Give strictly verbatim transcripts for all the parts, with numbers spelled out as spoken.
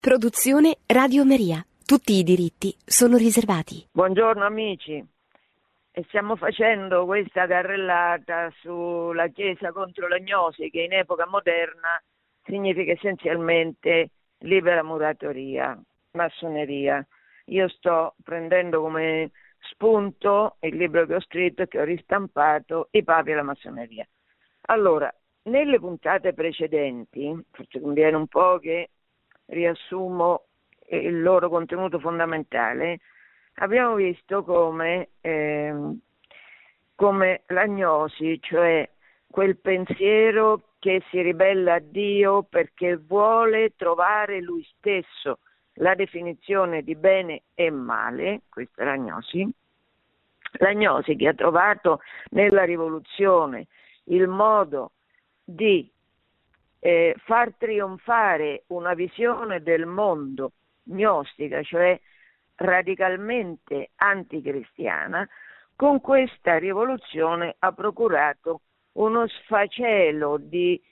Produzione Radio Maria. Tutti i diritti sono riservati. Buongiorno amici, e stiamo facendo questa carrellata sulla Chiesa contro l'agnosi, che in epoca moderna significa essenzialmente libera muratoria, massoneria. Io sto prendendo come spunto il libro che ho scritto e che ho ristampato, I Papi e la Massoneria. Allora, nelle puntate precedenti, forse conviene un po' che riassumo il loro contenuto fondamentale, abbiamo visto come, eh, come l'agnosi, cioè quel pensiero che si ribella a Dio perché vuole trovare lui stesso la definizione di bene e male, questa è l'agnosi, l'agnosi che ha trovato nella rivoluzione il modo di eh, far trionfare una visione del mondo gnostica, cioè radicalmente anticristiana. Con questa rivoluzione ha procurato uno sfacelo di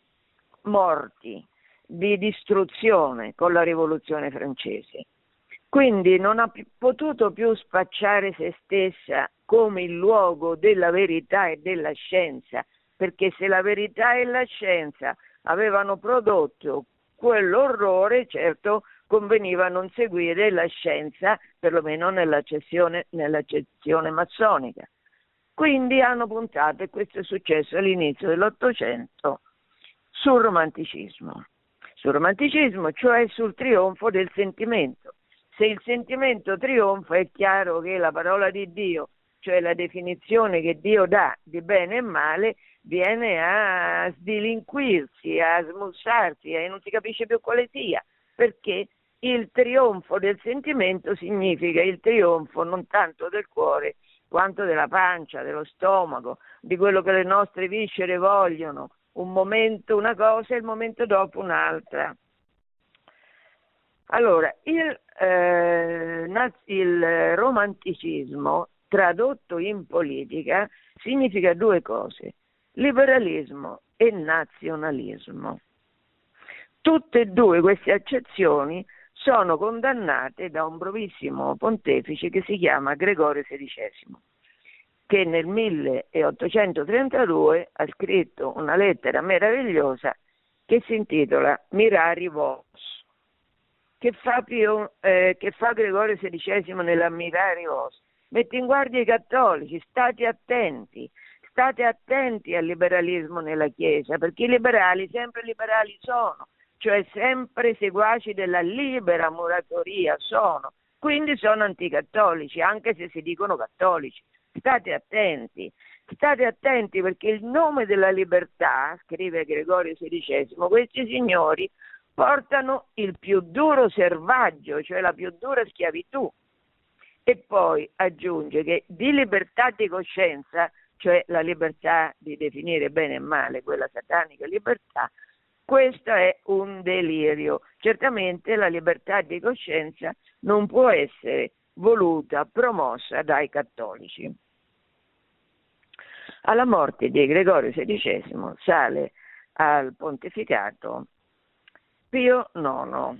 morti, di distruzione con la rivoluzione francese. Quindi non ha più potuto più spacciare se stessa come il luogo della verità e della scienza, perché se la verità e la scienza avevano prodotto quell'orrore, certo conveniva non seguire la scienza, perlomeno nell'accezione, nell'accezione massonica. Quindi hanno puntato, e questo è successo all'inizio dell'Ottocento, sul romanticismo. Sul romanticismo, cioè sul trionfo del sentimento. Se il sentimento trionfa è chiaro che la parola di Dio, cioè la definizione che Dio dà di bene e male, viene a sdilinquirsi, a smussarsi e non si capisce più quale sia, perché il trionfo del sentimento significa il trionfo non tanto del cuore quanto della pancia, dello stomaco, di quello che le nostre viscere vogliono, un momento una cosa e il momento dopo un'altra. Allora, il, eh, il romanticismo tradotto in politica significa due cose: liberalismo e nazionalismo. Tutte e due queste accezioni sono condannate da un bravissimo pontefice che si chiama Gregorio sedicesimo, che nel milleottocentotrentadue ha scritto una lettera meravigliosa che si intitola Mirari Vos. Che fa, Pio, eh, che fa Gregorio sedicesimo nella Mirari Vos? Mette in guardia i cattolici, state attenti, state attenti al liberalismo nella Chiesa, perché i liberali sempre liberali sono, cioè sempre seguaci della libera muratoria sono, quindi sono anticattolici, anche se si dicono cattolici. State attenti, state attenti perché il nome della libertà, scrive Gregorio sedicesimo, questi signori portano il più duro servaggio, cioè la più dura schiavitù. E poi aggiunge che di libertà di coscienza, cioè la libertà di definire bene e male, quella satanica libertà, questo è un delirio. Certamente la libertà di coscienza non può essere voluta, promossa dai cattolici. Alla morte di Gregorio sedicesimo sale al pontificato Pio nono,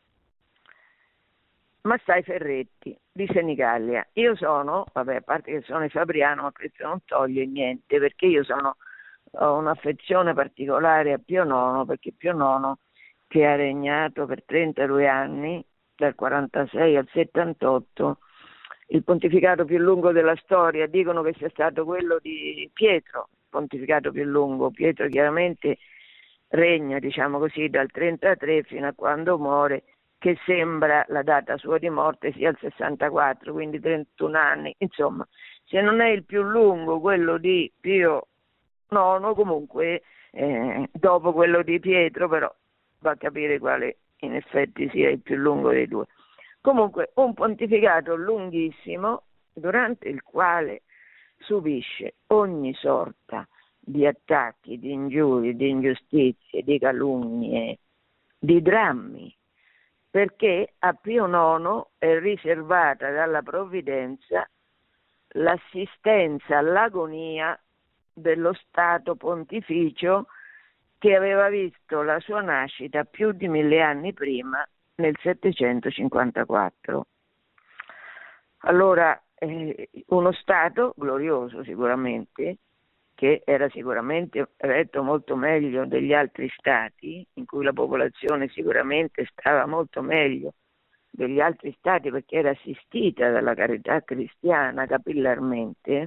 Massai Ferretti di Senigallia. Io sono, vabbè, a parte che sono fabriano, ma questo non toglie niente, perché io sono, ho un'affezione particolare a Pio nono, perché Pio nono, che ha regnato per trentadue anni, dal quarantasei al settantotto, il pontificato più lungo della storia, dicono che sia stato quello di Pietro, il pontificato più lungo. Pietro chiaramente regna, diciamo così, dal trentatré fino a quando muore, che sembra la data sua di morte sia il sessantaquattro, quindi trentuno anni. Insomma, se non è il più lungo quello di Pio nono, comunque eh, dopo quello di Pietro, però va a capire quale in effetti sia il più lungo dei due. Comunque un pontificato lunghissimo, durante il quale subisce ogni sorta di attacchi, di ingiurie, di ingiustizie, di calunnie, di drammi, perché a Pio nono è riservata dalla provvidenza l'assistenza all'agonia dello Stato pontificio che aveva visto la sua nascita più di mille anni prima nel settecentocinquantaquattro. Allora, eh, uno Stato glorioso sicuramente, che era sicuramente retto molto meglio degli altri Stati, in cui la popolazione sicuramente stava molto meglio degli altri Stati perché era assistita dalla carità cristiana capillarmente.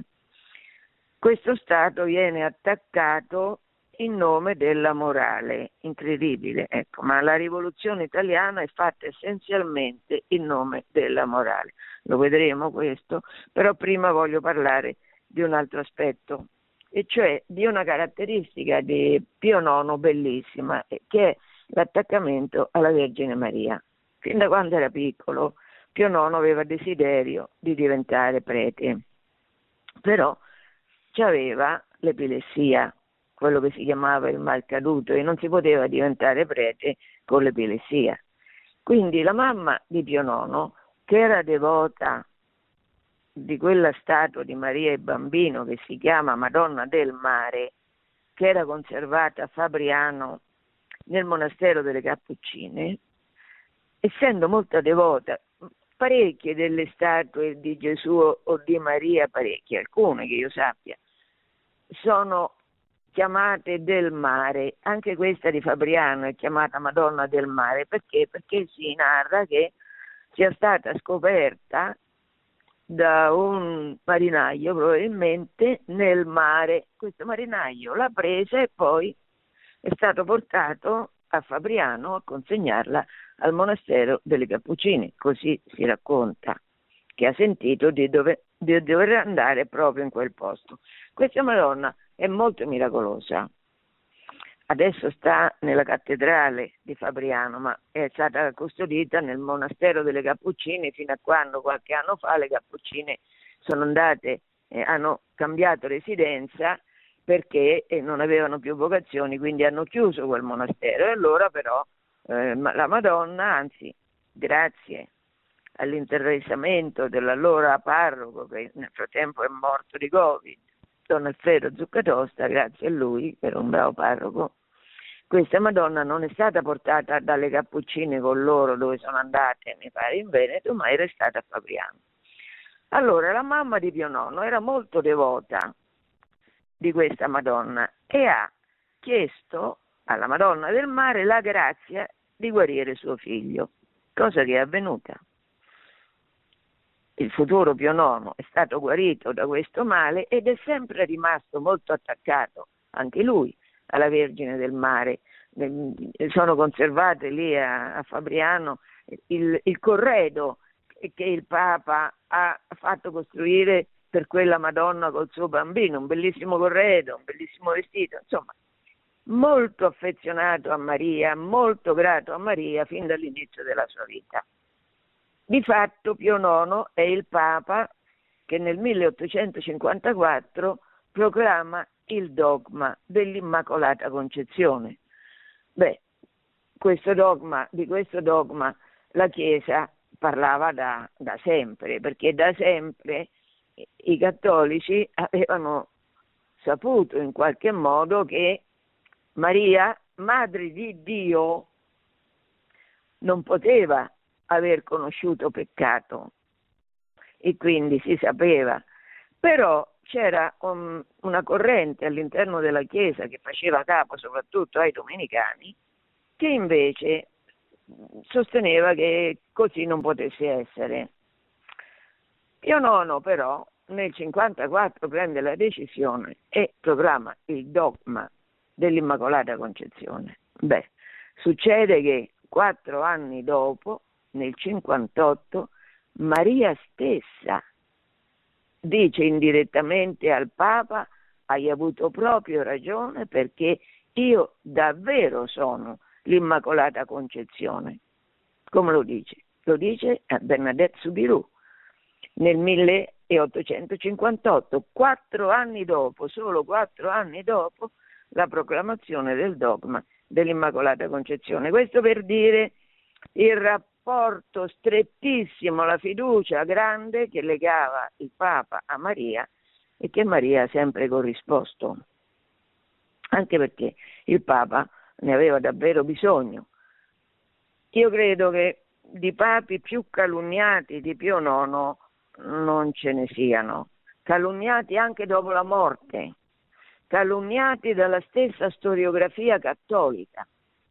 Questo Stato viene attaccato in nome della morale, incredibile, ecco, ma la rivoluzione italiana è fatta essenzialmente in nome della morale. Lo vedremo questo, però prima voglio parlare di un altro aspetto, e cioè di una caratteristica di Pio nono bellissima, che è l'attaccamento alla Vergine Maria. Fin da quando era piccolo, Pio nono aveva desiderio di diventare prete, però aveva l'epilessia, quello che si chiamava il mal caduto, e non si poteva diventare prete con l'epilessia. Quindi la mamma di Pio nono, che era devota di quella statua di Maria e Bambino che si chiama Madonna del Mare, che era conservata a Fabriano nel monastero delle Cappuccine, essendo molto devota, parecchie delle statue di Gesù o di Maria, parecchie, alcune che io sappia, sono chiamate del mare. Anche questa di Fabriano è chiamata Madonna del Mare. Perché? Perché si narra che sia stata scoperta da un marinaio probabilmente nel mare. Questo marinaio l'ha presa e poi è stato portato a Fabriano a consegnarla al monastero delle Cappuccine. Così si racconta, che ha sentito di dover, di dover andare proprio in quel posto. Questa Madonna è molto miracolosa. Adesso sta nella cattedrale di Fabriano, ma è stata custodita nel monastero delle Cappuccine fino a quando qualche anno fa le Cappuccine sono andate, eh, hanno cambiato residenza perché eh, non avevano più vocazioni, quindi hanno chiuso quel monastero. E allora però eh, la Madonna, anzi, grazie all'interessamento dell'allora parroco, che nel frattempo è morto di Covid, Don Alfredo Zuccatosta, grazie a lui, che era un bravo parroco, questa Madonna non è stata portata dalle Cappuccine con loro dove sono andate, mi pare in Veneto, ma è restata a Fabriano. Allora la mamma di Pio nono era molto devota di questa Madonna e ha chiesto alla Madonna del Mare la grazia di guarire suo figlio, cosa che è avvenuta. Il futuro Pio nono è stato guarito da questo male ed è sempre rimasto molto attaccato, anche lui, alla Vergine del Mare. Sono conservate lì a, a Fabriano il, il corredo che il Papa ha fatto costruire per quella Madonna col suo bambino, un bellissimo corredo, un bellissimo vestito, insomma, molto affezionato a Maria, molto grato a Maria fin dall'inizio della sua vita. Di fatto Pio nono è il Papa che nel milleottocentocinquantaquattro proclama il dogma dell'Immacolata Concezione. Beh, questo dogma, di questo dogma la Chiesa parlava da, da sempre, perché da sempre i cattolici avevano saputo in qualche modo che Maria, Madre di Dio, non poteva aver conosciuto peccato, e quindi si sapeva. Però c'era un, una corrente all'interno della Chiesa che faceva capo soprattutto ai domenicani, che invece sosteneva che così non potesse essere. Pio nono però nel cinquantaquattro prende la decisione e proclama il dogma dell'Immacolata Concezione. Beh, succede che quattro anni dopo, nel cinquantotto, Maria stessa dice indirettamente al Papa: hai avuto proprio ragione, perché io davvero sono l'Immacolata Concezione. Come lo dice? Lo dice a Bernadette Soubirous nel milleottocentocinquantotto, quattro anni dopo, solo quattro anni dopo la proclamazione del dogma dell'Immacolata Concezione. Questo per dire il rapporto strettissimo, la fiducia grande che legava il Papa a Maria e che Maria ha sempre corrisposto, anche perché il Papa ne aveva davvero bisogno. io credo che di papi più calunniati di Pio nono non ce ne siano, calunniati anche dopo la morte, calunniati dalla stessa storiografia cattolica.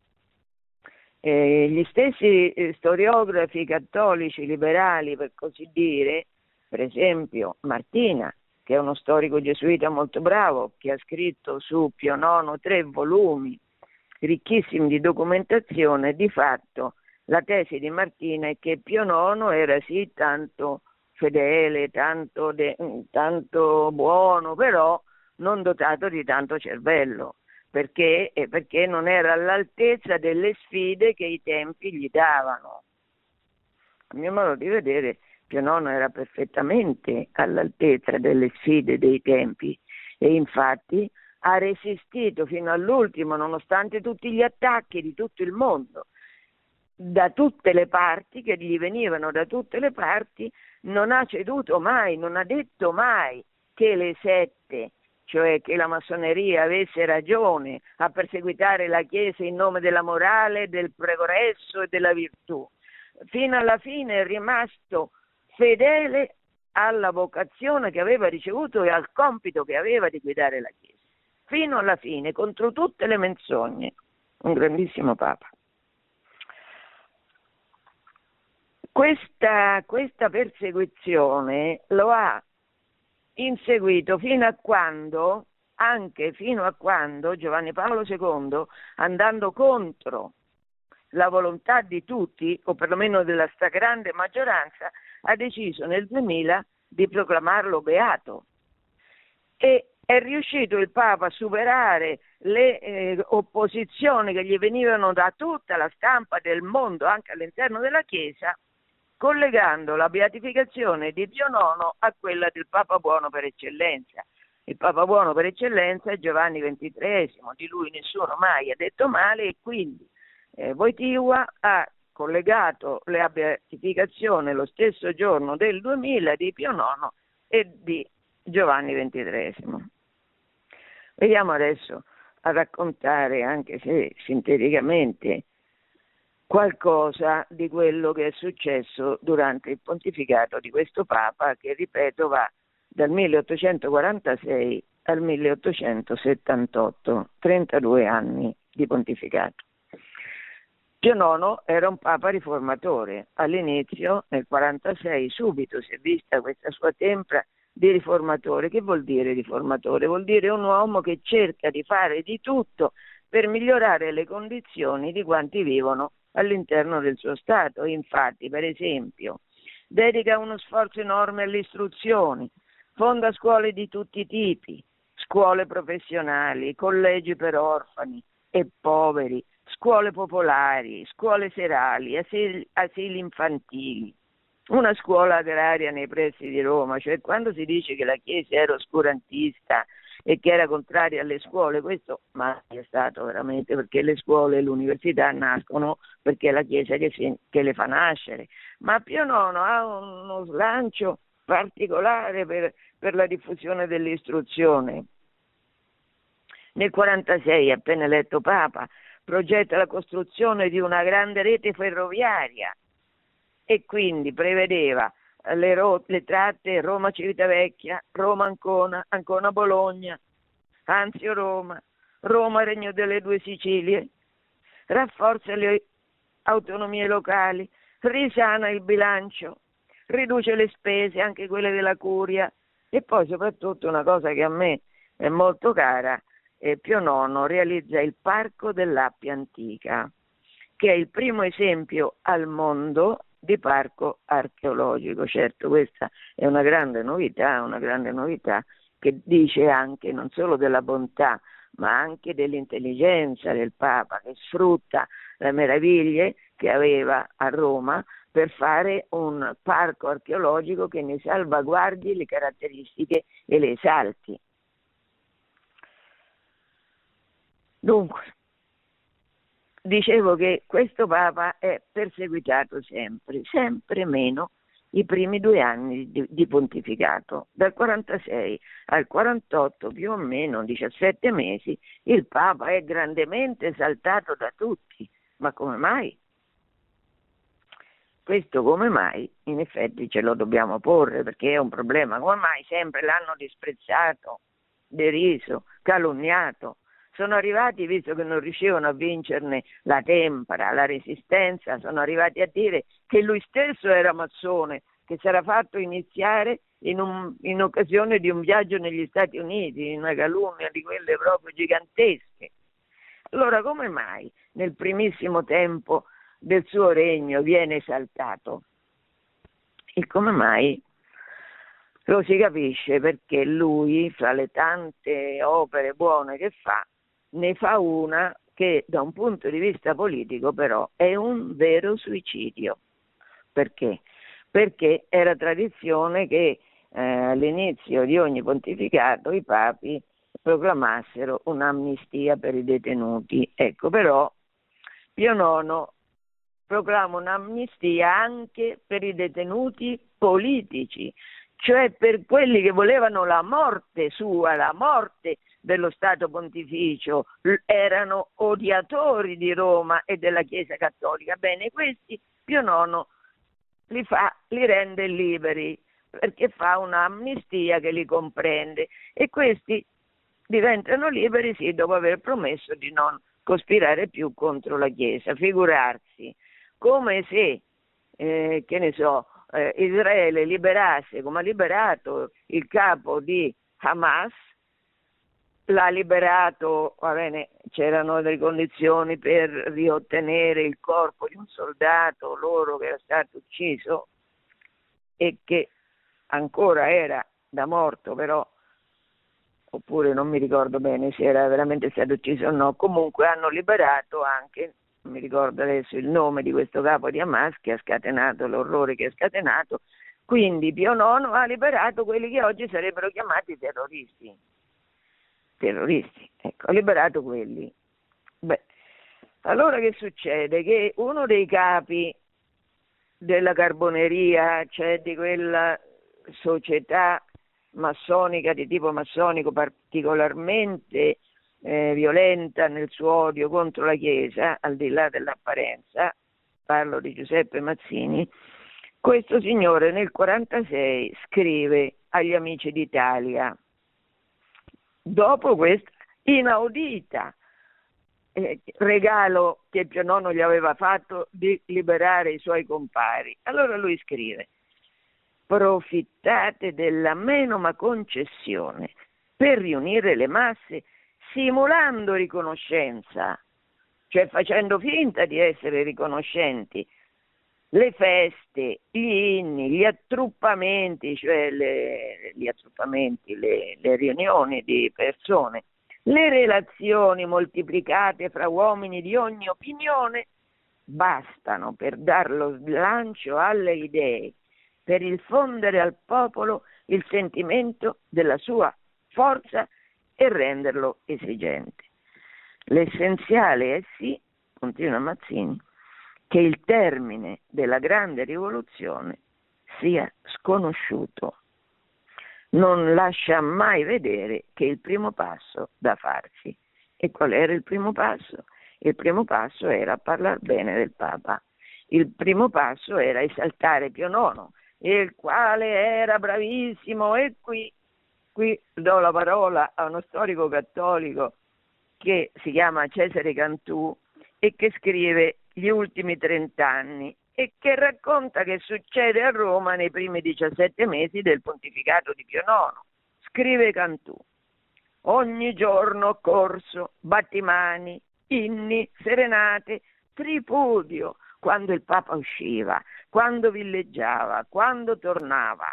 Eh, gli stessi eh, storiografi cattolici liberali, per così dire, per esempio Martina, che è uno storico gesuita molto bravo, che ha scritto su Pio nono tre volumi ricchissimi di documentazione, di fatto la tesi di Martina è che Pio nono era sì tanto fedele, tanto, de, tanto buono, però non dotato di tanto cervello. Perché? Perché non era all'altezza delle sfide che i tempi gli davano. A mio modo di vedere, Pio nono era perfettamente all'altezza delle sfide dei tempi e infatti ha resistito fino all'ultimo, nonostante tutti gli attacchi di tutto il mondo, da tutte le parti, che gli venivano da tutte le parti, non ha ceduto mai, non ha detto mai che le sette, cioè che la massoneria avesse ragione a perseguitare la Chiesa in nome della morale, del progresso e della virtù. Fino alla fine è rimasto fedele alla vocazione che aveva ricevuto e al compito che aveva di guidare la Chiesa. Fino alla fine, contro tutte le menzogne, un grandissimo Papa. Questa, questa persecuzione lo ha inseguito fino a quando, anche fino a quando Giovanni Paolo secondo, andando contro la volontà di tutti, o perlomeno della stragrande maggioranza, ha deciso nel duemila di proclamarlo beato. E è riuscito il Papa a superare le eh, opposizioni che gli venivano da tutta la stampa del mondo, anche all'interno della Chiesa, collegando la beatificazione di Pio nono a quella del Papa buono per eccellenza. Il Papa buono per eccellenza è Giovanni ventitreesimo, di lui nessuno mai ha detto male, e quindi eh, Wojtyła ha collegato la beatificazione lo stesso giorno del duemila di Pio nono e di Giovanni ventitreesimo. Vediamo adesso a raccontare, anche se sinteticamente, qualcosa di quello che è successo durante il pontificato di questo Papa, che ripeto va dal milleottocentoquarantasei al milleottocentosettantotto, trentadue anni di pontificato. Pio nono era un Papa riformatore. All'inizio, nel quarantasei, subito si è vista questa sua tempra di riformatore. Che vuol dire riformatore? Vuol dire un uomo che cerca di fare di tutto per migliorare le condizioni di quanti vivono all'interno del suo Stato. Infatti, per esempio, dedica uno sforzo enorme all'istruzione, fonda scuole di tutti i tipi, scuole professionali, collegi per orfani e poveri, scuole popolari, scuole serali, asili, asili infantili, una scuola agraria nei pressi di Roma. Cioè, quando si dice che la Chiesa era oscurantista e che era contraria alle scuole, questo mai è stato veramente, perché le scuole e l'università nascono perché è la Chiesa che, si, che le fa nascere. Ma Pio nono ha uno slancio particolare per, per la diffusione dell'istruzione. Nel quarantasei, appena eletto Papa, progetta la costruzione di una grande rete ferroviaria e quindi prevedeva le, ro- le tratte Roma-Civitavecchia, Roma-Ancona, Ancona-Bologna, Anzio-Roma, Roma-Regno delle Due Sicilie, rafforza le autonomie locali, risana il bilancio, riduce le spese, anche quelle della curia, e poi soprattutto una cosa che a me è molto cara, eh, Pio nono realizza il Parco dell'Appia Antica, che è il primo esempio al mondo di parco archeologico. Certo, questa è una grande novità, una grande novità che dice anche non solo della bontà, ma anche dell'intelligenza del Papa, che sfrutta le meraviglie che aveva a Roma per fare un parco archeologico che ne salvaguardi le caratteristiche e le esalti. Dunque, dicevo che questo Papa è perseguitato sempre, sempre meno i primi due anni di, di pontificato. Dal quarantasei al quarantotto, più o meno diciassette mesi, il Papa è grandemente esaltato da tutti. Ma come mai? questo come mai? In effetti ce lo dobbiamo porre, perché è un problema. Come mai sempre l'hanno disprezzato, deriso, calunniato? Sono arrivati, visto che non riuscivano a vincerne la tempra, la resistenza, sono arrivati a dire che lui stesso era massone, che si era fatto iniziare in, un, in occasione di un viaggio negli Stati Uniti, in una calunnia di quelle proprio gigantesche. Allora come mai nel primissimo tempo del suo regno viene esaltato? E come mai? Lo si capisce perché lui, fra le tante opere buone che fa, ne fa una che da un punto di vista politico però è un vero suicidio. Perché? Perché era tradizione che eh, all'inizio di ogni pontificato i papi proclamassero un'amnistia per i detenuti. Ecco, però Pio nono proclama un'amnistia anche per i detenuti politici, cioè per quelli che volevano la morte sua, la morte dello Stato Pontificio, erano odiatori di Roma e della Chiesa Cattolica. Bene, questi Pio nono li fa, li rende liberi, perché fa un'amnistia che li comprende, e questi diventano liberi, sì, dopo aver promesso di non cospirare più contro la Chiesa. Figurarsi, come se, eh, che ne so, eh, Israele liberasse, come ha liberato il capo di Hamas, l'ha liberato, va bene, c'erano delle condizioni per riottenere il corpo di un soldato loro che era stato ucciso e che ancora era da morto, però, oppure non mi ricordo bene se era veramente stato ucciso o no, comunque hanno liberato anche, non mi ricordo adesso il nome di questo capo di Hamas che ha scatenato l'orrore che ha scatenato. Quindi Pio nono ha liberato quelli che oggi sarebbero chiamati terroristi. terroristi, ecco, ha liberato quelli. Beh, allora che succede? Che uno dei capi della Carboneria, cioè di quella società massonica di tipo massonico particolarmente eh, violenta nel suo odio contro la Chiesa, al di là dell'apparenza, parlo di Giuseppe Mazzini, questo signore nel quarantasei scrive agli Amici d'Italia, dopo questa inaudita eh, regalo che Pio nono gli aveva fatto di liberare i suoi compari. Allora lui scrive: approfittate della menoma concessione per riunire le masse simulando riconoscenza, cioè facendo finta di essere riconoscenti, le feste, gli inni, gli attruppamenti, cioè le, gli attruppamenti, le, le riunioni di persone, le relazioni moltiplicate fra uomini di ogni opinione, bastano per dar lo slancio alle idee, per infondere al popolo il sentimento della sua forza e renderlo esigente. L'essenziale è sì, continua Mazzini, che il termine della grande rivoluzione sia sconosciuto. Non lascia mai vedere che il primo passo da farsi. E qual era il primo passo? Il primo passo era parlare bene del Papa. Il primo passo era esaltare Pio nono, il quale era bravissimo. E qui, qui do la parola a uno storico cattolico che si chiama Cesare Cantù e che scrive Gli ultimi trent'anni e che racconta che succede a Roma nei primi diciassette mesi del pontificato di Pio nono. Scrive Cantù: ogni giorno corso, battimani, inni, serenate, tripudio, quando il Papa usciva, quando villeggiava, quando tornava.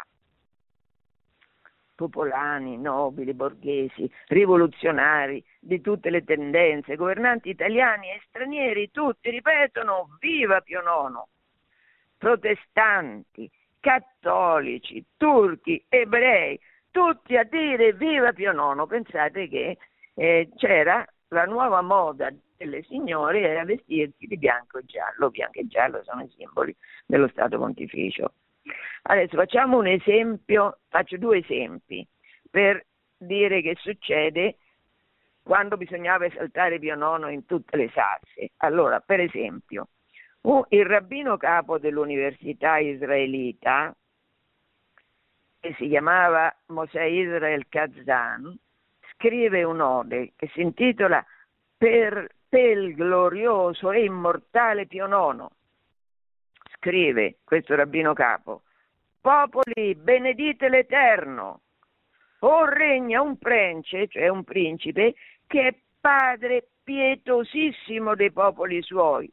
Popolani, nobili, borghesi, rivoluzionari di tutte le tendenze, governanti italiani e stranieri, tutti ripetono viva Pio nono. Protestanti, cattolici, turchi, ebrei, tutti a dire viva Pio nono. Pensate che eh, c'era la nuova moda delle signore, era vestirsi di bianco e giallo. Bianco e giallo sono i simboli dello Stato Pontificio. Adesso facciamo un esempio, faccio due esempi per dire che succede quando bisognava esaltare Pio nono in tutte le salse. Allora, per esempio, il rabbino capo dell'università israelita, che si chiamava Mosè Israel Kazan, scrive un'ode che si intitola Per pel glorioso e immortale Pio nono. Scrive questo rabbino capo: popoli, benedite l'Eterno, o regna un prence, cioè un principe, che è padre pietosissimo dei popoli suoi.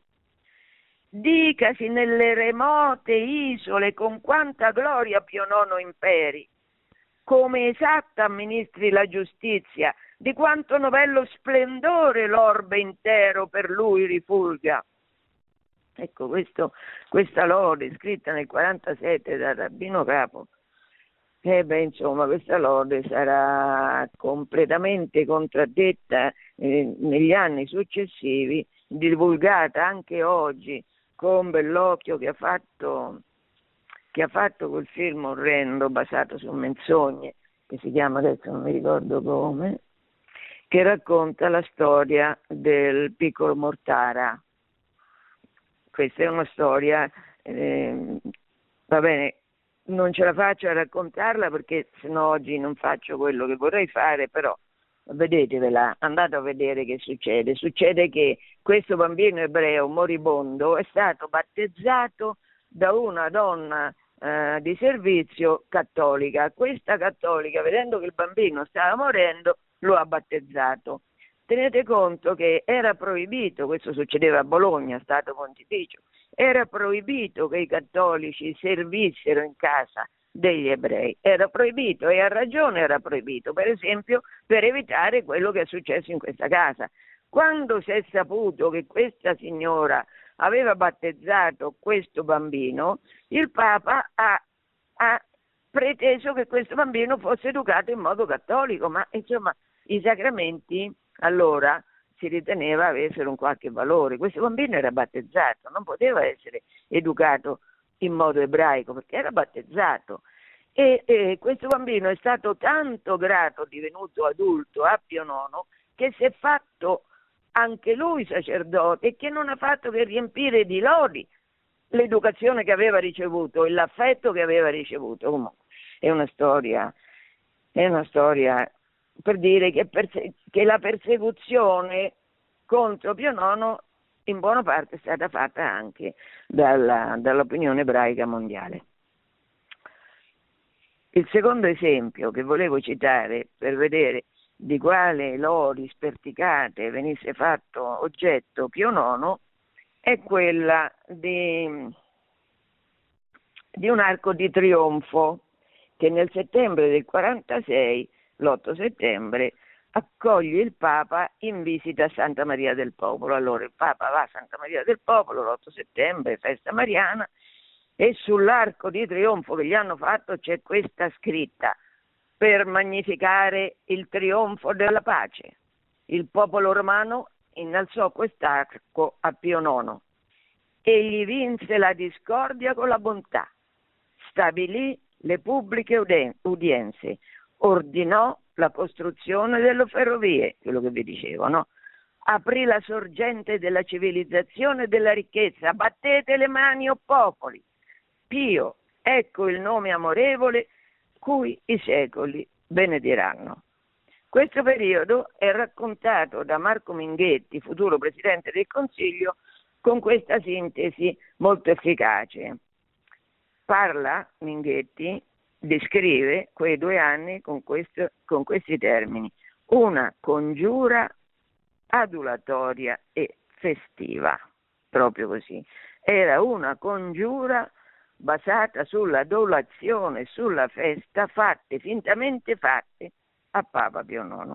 Dicasi nelle remote isole con quanta gloria Pio nono imperi, come esatta amministri la giustizia, di quanto novello splendore l'orbe intero per lui rifulga. Ecco, questo, questa lode scritta nel quarantasette dal rabbino capo, eh beh, insomma, questa lode sarà completamente contraddetta eh, negli anni successivi, divulgata anche oggi con Bellocchio, che ha fatto che ha fatto quel film orrendo basato su menzogne, che si chiama, adesso non mi ricordo come, che racconta la storia del piccolo Mortara. Questa è una storia, eh, va bene, non ce la faccio a raccontarla perché sennò oggi non faccio quello che vorrei fare, però vedetevela, andate a vedere che succede. Succede che questo bambino ebreo moribondo è stato battezzato da una donna eh, di servizio cattolica. Questa cattolica, vedendo che il bambino stava morendo, lo ha battezzato. Tenete conto che era proibito, questo succedeva a Bologna, Stato Pontificio, era proibito che i cattolici servissero in casa degli ebrei, era proibito, e a ragione era proibito, per esempio per evitare quello che è successo in questa casa. Quando si è saputo che questa signora aveva battezzato questo bambino, il Papa ha, ha preteso che questo bambino fosse educato in modo cattolico, ma insomma i sacramenti allora si riteneva avessero un qualche valore. Questo bambino era battezzato, non poteva essere educato in modo ebraico perché era battezzato, e, e questo bambino è stato tanto grato, divenuto adulto, a Pio nono, che si è fatto anche lui sacerdote e che non ha fatto che riempire di lodi l'educazione che aveva ricevuto e l'affetto che aveva ricevuto. Comunque è una storia, è una storia per dire che, perse- che la persecuzione contro Pio nono in buona parte è stata fatta anche dalla, dall'opinione ebraica mondiale. Il secondo esempio che volevo citare per vedere di quale lodi sperticate venisse fatto oggetto Pio nono è quella di, di un arco di trionfo che nel settembre del quarantasei, l'otto settembre, accoglie il Papa in visita a Santa Maria del Popolo. Allora il Papa va a Santa Maria del Popolo l'otto settembre, festa mariana, e sull'arco di trionfo che gli hanno fatto c'è questa scritta: per magnificare il trionfo della pace, il popolo romano innalzò quest'arco a Pio nono. Egli vinse la discordia con la bontà, stabilì le pubbliche udienze, ordinò la costruzione delle ferrovie, quello che vi dicevo, no? Aprì la sorgente della civilizzazione e della ricchezza. Battete le mani, o popoli. Pio, ecco il nome amorevole cui i secoli benediranno. Questo periodo è raccontato da Marco Minghetti, futuro Presidente del Consiglio, con questa sintesi molto efficace. Parla, Minghetti, descrive quei due anni con, questo, con questi termini: una congiura adulatoria e festiva, proprio così. Era una congiura basata sull'adulazione, sulla festa, fatte, fintamente fatte a Papa Pio nono.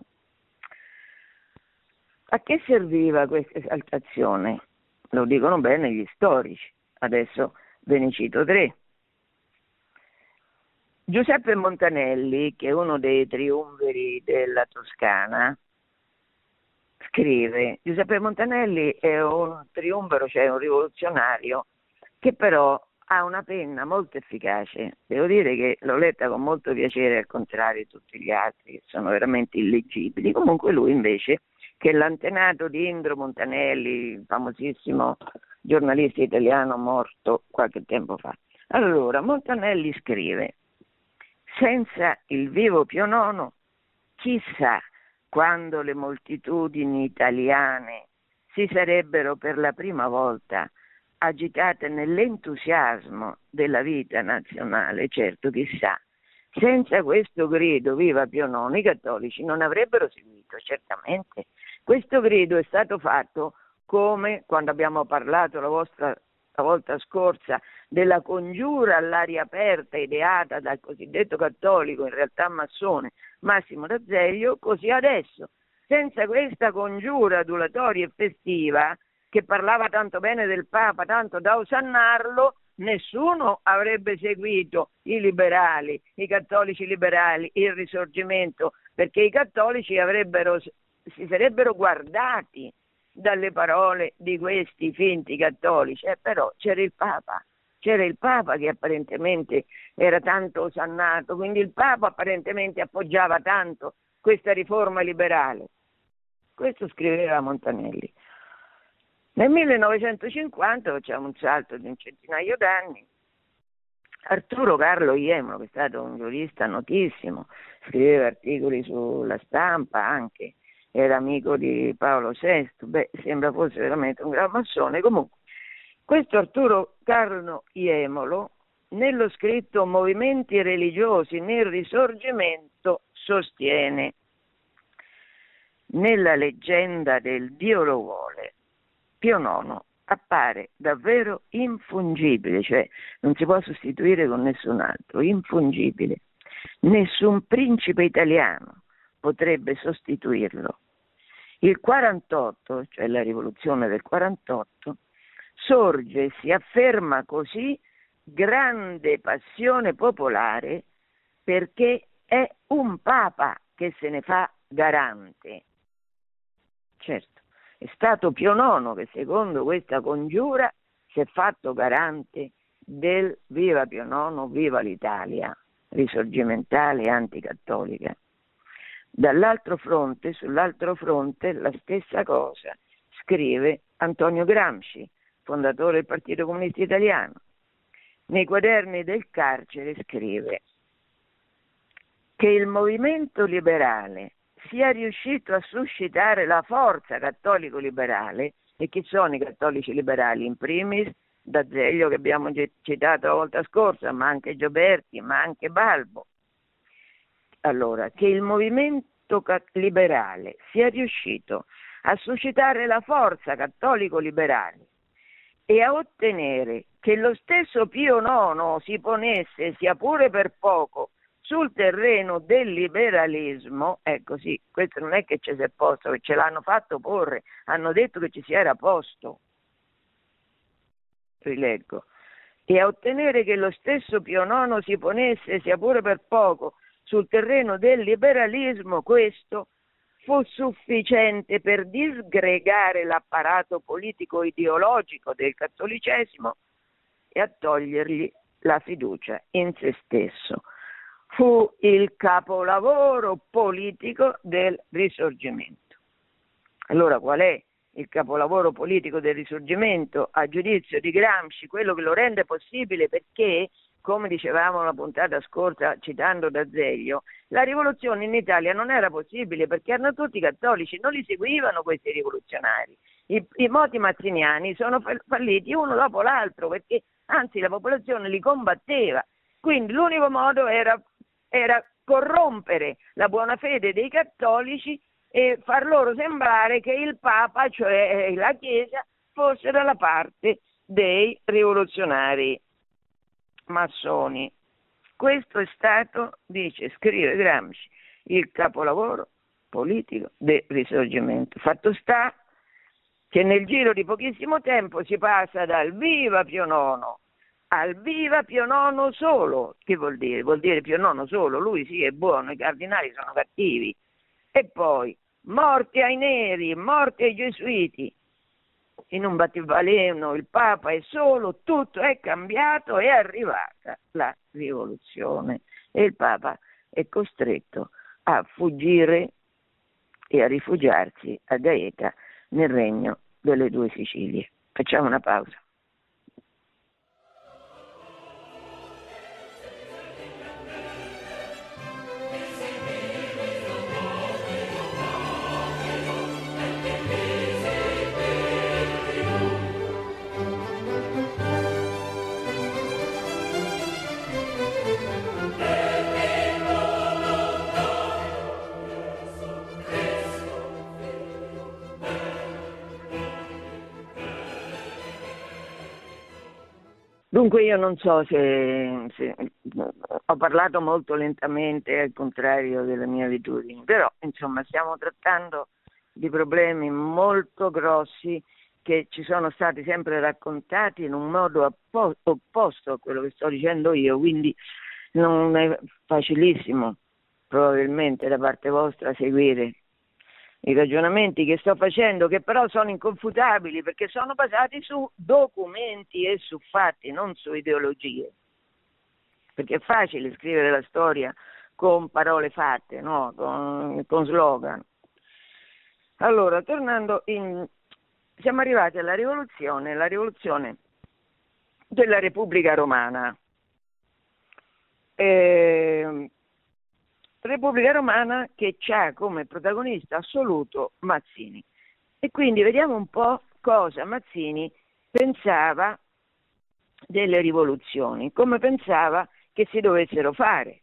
A che serviva questa esaltazione? Lo dicono bene gli storici, adesso ve ne cito tre. Giuseppe Montanelli, che è uno dei triumviri della Toscana, scrive: Giuseppe Montanelli è un triumviro, cioè un rivoluzionario, che però ha una penna molto efficace. Devo dire che l'ho letta con molto piacere, al contrario di tutti gli altri che sono veramente illeggibili. Comunque lui invece che è l'antenato di Indro Montanelli, famosissimo giornalista italiano morto qualche tempo fa. Allora, Montanelli scrive: senza il vivo Pio nono, chissà quando le moltitudini italiane si sarebbero per la prima volta agitate nell'entusiasmo della vita nazionale. Certo, chissà, senza questo grido viva Pio nono i cattolici non avrebbero seguito, certamente. Questo grido è stato fatto come quando abbiamo parlato la, vostra, la volta scorsa della congiura all'aria aperta ideata dal cosiddetto cattolico, in realtà massone, Massimo d'Azeglio, così adesso. Senza questa congiura adulatoria e festiva, che parlava tanto bene del Papa, tanto da osannarlo, nessuno avrebbe seguito i liberali, i cattolici liberali, il Risorgimento, perché i cattolici avrebbero, si sarebbero guardati dalle parole di questi finti cattolici, eh, però c'era il Papa, c'era il Papa che apparentemente era tanto osannato, quindi il Papa apparentemente appoggiava tanto questa riforma liberale. Questo scriveva Montanelli. Nel millenovecentocinquanta, facciamo un salto di un centinaio d'anni, Arturo Carlo Jemolo, che è stato un giurista notissimo, scriveva articoli sulla Stampa anche, era amico di Paolo sesto, beh, sembra fosse veramente un gran massone. Comunque, questo Arturo Carlo Jemolo, nello scritto Movimenti religiosi nel Risorgimento, sostiene: nella leggenda del Dio lo vuole, Pio nono appare davvero infungibile, cioè non si può sostituire con nessun altro, infungibile. Nessun principe italiano potrebbe sostituirlo. Il quarantotto, cioè la rivoluzione del quarantotto, sorge e si afferma così grande passione popolare perché è un Papa che se ne fa garante. Certo, è stato Pio nono che secondo questa congiura si è fatto garante del viva Pio nono, viva l'Italia risorgimentale e anticattolica. Dall'altro fronte, sull'altro fronte, la stessa cosa scrive Antonio Gramsci, fondatore del Partito Comunista Italiano. Nei quaderni del carcere scrive che il movimento liberale sia riuscito a suscitare la forza cattolico-liberale. E chi sono i cattolici liberali? In primis D'Azeglio, che abbiamo citato la volta scorsa, ma anche Gioberti, ma anche Balbo. Allora, che il movimento liberale sia riuscito a suscitare la forza cattolico-liberale e a ottenere che lo stesso Pio nono si ponesse, sia pure per poco, sul terreno del liberalismo, ecco sì, questo non è che ci si è posto, che ce l'hanno fatto porre, hanno detto che ci si era posto. Rileggo. E a ottenere che lo stesso Pio nono si ponesse, sia pure per poco, sul terreno del liberalismo, questo fu sufficiente per disgregare l'apparato politico-ideologico del cattolicesimo e a togliergli la fiducia in se stesso. Fu il capolavoro politico del Risorgimento. Allora, qual è il capolavoro politico del Risorgimento? A giudizio di Gramsci, quello che lo rende possibile perché, come dicevamo la puntata scorsa citando D'Azeglio, la rivoluzione in Italia non era possibile perché erano tutti cattolici, non li seguivano questi rivoluzionari. I, i moti mazziniani sono falliti uno dopo l'altro perché anzi la popolazione li combatteva. Quindi l'unico modo era, era corrompere la buona fede dei cattolici e far loro sembrare che il Papa, cioè la Chiesa, fosse dalla parte dei rivoluzionari massoni. Questo è stato, dice, scrive Gramsci, il capolavoro politico del Risorgimento. Fatto sta che nel giro di pochissimo tempo si passa dal viva Pio nono al viva Pio nono solo. Che vuol dire? Vuol dire Pio nono solo, lui sì è buono, i cardinali sono cattivi. E poi morti ai neri, morti ai gesuiti. In un battibaleno il Papa è solo, tutto è cambiato, è arrivata la rivoluzione e il Papa è costretto a fuggire e a rifugiarsi a Gaeta nel regno delle due Sicilie. Facciamo una pausa. Dunque io non so se, se ho parlato molto lentamente, al contrario delle mie abitudini, però insomma stiamo trattando di problemi molto grossi che ci sono stati sempre raccontati in un modo appo- opposto a quello che sto dicendo io, quindi non è facilissimo probabilmente da parte vostra seguire i ragionamenti che sto facendo, che però sono inconfutabili perché sono basati su documenti e su fatti, non su ideologie. Perché è facile scrivere la storia con parole fatte, no? con, con slogan. Allora, tornando in... siamo arrivati alla rivoluzione, la rivoluzione della Repubblica Romana. Eh, Repubblica Romana che ha come protagonista assoluto Mazzini. E quindi vediamo un po' cosa Mazzini pensava delle rivoluzioni, come pensava che si dovessero fare.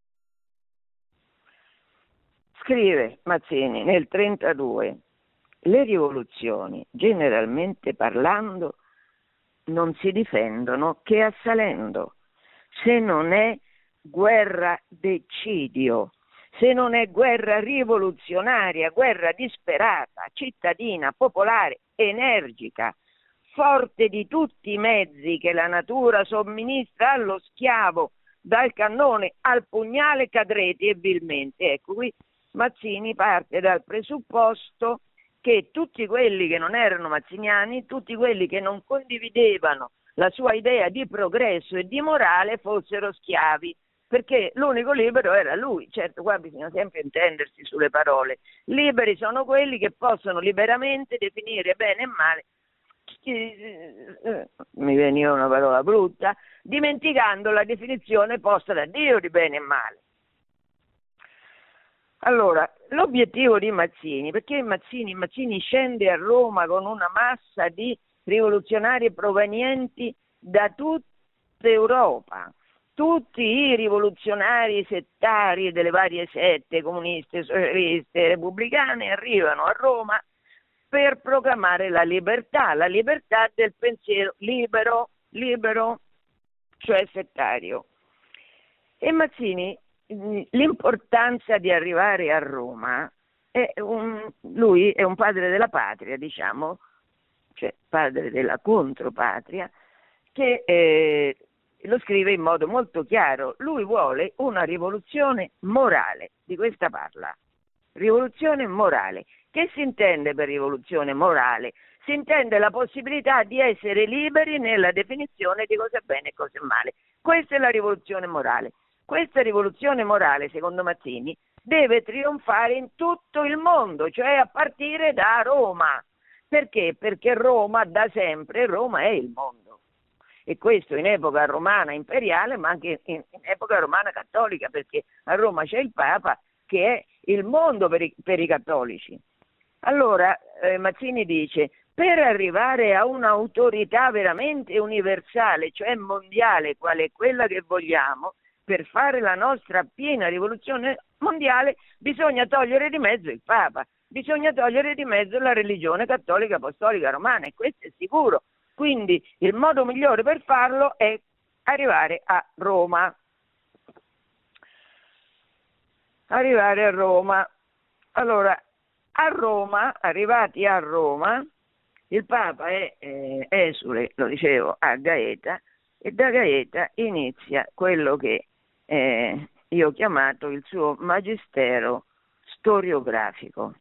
Scrive Mazzini nel trentadue: le rivoluzioni, generalmente parlando, non si difendono che assalendo, se non è guerra d'eccidio, se non è guerra rivoluzionaria, guerra disperata, cittadina, popolare, energica, forte di tutti i mezzi che la natura somministra allo schiavo, dal cannone al pugnale cadrete e vilmente. Ecco, qui Mazzini parte dal presupposto che tutti quelli che non erano mazziniani, tutti quelli che non condividevano la sua idea di progresso e di morale fossero schiavi, perché l'unico libero era lui. Certo, qua bisogna sempre intendersi sulle parole. Liberi sono quelli che possono liberamente definire bene e male, mi veniva una parola brutta, dimenticando la definizione posta da Dio di bene e male. Allora, l'obiettivo di Mazzini, perché Mazzini, Mazzini scende a Roma con una massa di rivoluzionari provenienti da tutta Europa, tutti i rivoluzionari settari delle varie sette, comuniste, socialiste, repubblicane, arrivano a Roma per proclamare la libertà, la libertà del pensiero libero, libero, cioè settario. E Mazzini, l'importanza di arrivare a Roma, è un, lui è un padre della patria, diciamo, cioè padre della contropatria, che eh, lo scrive in modo molto chiaro. Lui vuole una rivoluzione morale, di questa parla, rivoluzione morale. Che si intende per rivoluzione morale? Si intende la possibilità di essere liberi nella definizione di cosa è bene e cosa è male. Questa è la rivoluzione morale. Questa rivoluzione morale, secondo Mazzini, deve trionfare in tutto il mondo, cioè a partire da Roma. Perché? Perché Roma da sempre, Roma è il mondo. E questo in epoca romana imperiale, ma anche in, in epoca romana cattolica, perché a Roma c'è il Papa che è il mondo per i, per i cattolici. Allora eh, Mazzini dice: per arrivare a un'autorità veramente universale, cioè mondiale, quale è quella che vogliamo, per fare la nostra piena rivoluzione mondiale, bisogna togliere di mezzo il Papa, bisogna togliere di mezzo la religione cattolica apostolica romana, e questo è sicuro. Quindi il modo migliore per farlo è arrivare a Roma. Arrivare a Roma. Allora, a Roma, arrivati a Roma, il Papa è eh, esule, lo dicevo, a Gaeta, e da Gaeta inizia quello che eh, io ho chiamato il suo magistero storiografico.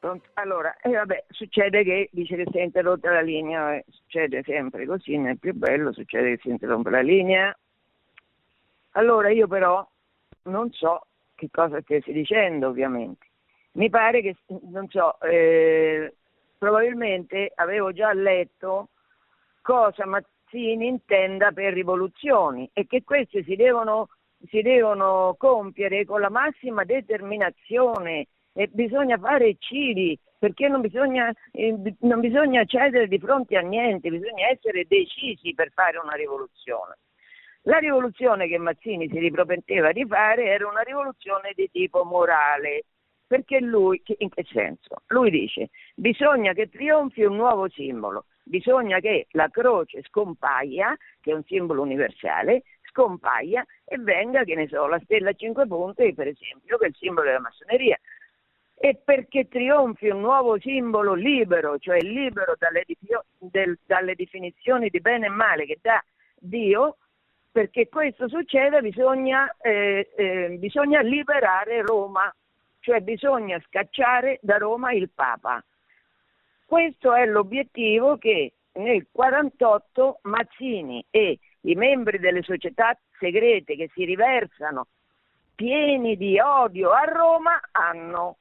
Allora, eh, vabbè, succede che dice che si è interrotta la linea, eh, succede sempre così, nel più bello succede che si interrompe la linea. Allora io però non so che cosa stessi dicendo, ovviamente. Mi pare che, non so, eh, probabilmente avevo già letto cosa Mazzini intenda per rivoluzioni e che queste si devono, si devono compiere con la massima determinazione e bisogna fare eccidi, perché non bisogna, eh, non bisogna cedere di fronte a niente, bisogna essere decisi per fare una rivoluzione. La rivoluzione che Mazzini si riprometteva di fare era una rivoluzione di tipo morale, perché lui, in che senso? Lui dice, bisogna che trionfi un nuovo simbolo, bisogna che la croce scompaia, che è un simbolo universale, scompaia e venga, che ne so, la stella a cinque punte, per esempio, che è il simbolo della massoneria. E perché trionfi un nuovo simbolo libero, cioè libero dalle, del, dalle definizioni di bene e male che dà Dio, perché questo succeda bisogna, eh, eh, bisogna liberare Roma, cioè bisogna scacciare da Roma il Papa. Questo è l'obiettivo che nel quarantotto Mazzini e i membri delle società segrete che si riversano pieni di odio a Roma hanno.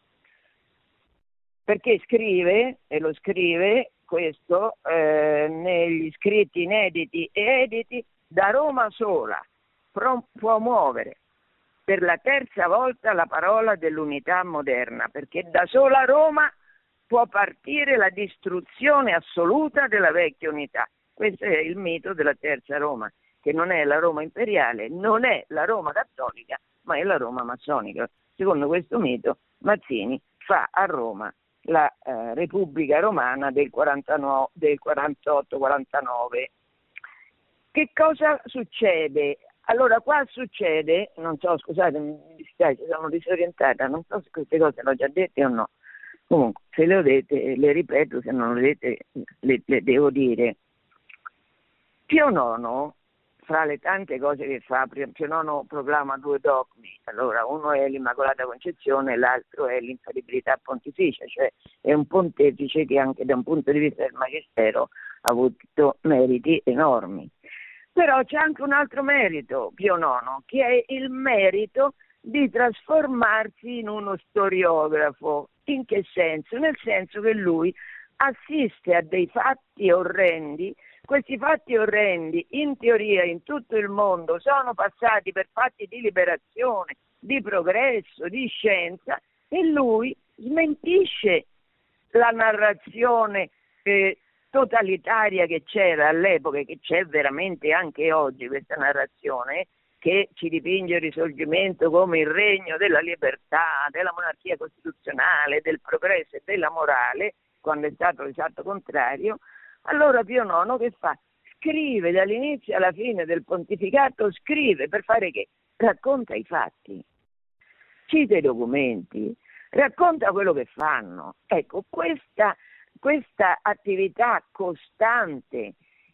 Perché scrive, e lo scrive questo, eh, negli scritti inediti e editi, da Roma sola pro- promuovere per la terza volta la parola dell'unità moderna, perché da sola Roma può partire la distruzione assoluta della vecchia unità. Questo è il mito della terza Roma, che non è la Roma imperiale, non è la Roma cattolica, ma è la Roma massonica. Secondo questo mito Mazzini fa a Roma la eh, Repubblica Romana del, quarantanove, del quarantotto quarantanove. Che cosa succede? Allora qua succede, non so, scusate, mi dispiace, sono disorientata, non so se queste cose le ho già dette o no. Comunque, se le ho dette, le ripeto, se non le ho dette, le, le devo dire. Pio nono, fra le tante cose che fa, Pio nono proclama due dogmi. Allora, uno è l'Immacolata Concezione e l'altro è l'infallibilità pontificia, cioè è un pontefice che anche da un punto di vista del magistero ha avuto meriti enormi. Però c'è anche un altro merito, Pio nono, che è il merito di trasformarsi in uno storiografo. In che senso? Nel senso che lui assiste a dei fatti orrendi. Questi fatti orrendi, in teoria, in tutto il mondo, sono passati per fatti di liberazione, di progresso, di scienza, e lui smentisce la narrazione eh, totalitaria che c'era all'epoca e che c'è veramente anche oggi, questa narrazione che ci dipinge il Risorgimento come il regno della libertà, della monarchia costituzionale, del progresso e della morale, quando è stato l'esatto contrario. Allora Pio nono che fa? Scrive dall'inizio alla fine del pontificato, scrive per fare che? Racconta i fatti, cita i documenti, racconta quello che fanno. Ecco, questa, questa attività costante,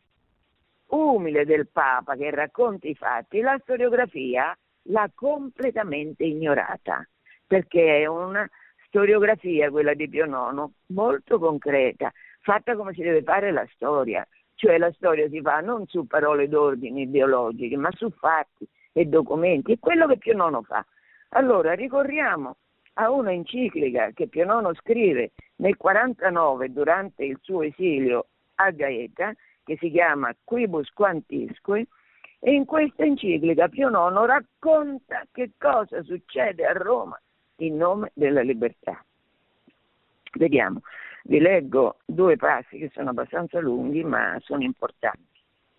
umile del Papa che racconta i fatti, la storiografia l'ha completamente ignorata, perché è una storiografia, quella di Pio nono, molto concreta, fatta come si deve fare la storia, cioè la storia si fa non su parole d'ordine ideologiche, ma su fatti e documenti, è quello che Pio nono fa. Allora ricorriamo a una enciclica che Pio nono scrive nel quarantanove durante il suo esilio a Gaeta, che si chiama Quibus Quantisque, e in questa enciclica Pio nono racconta che cosa succede a Roma in nome della libertà. Vediamo. Vi leggo due passi che sono abbastanza lunghi ma sono importanti.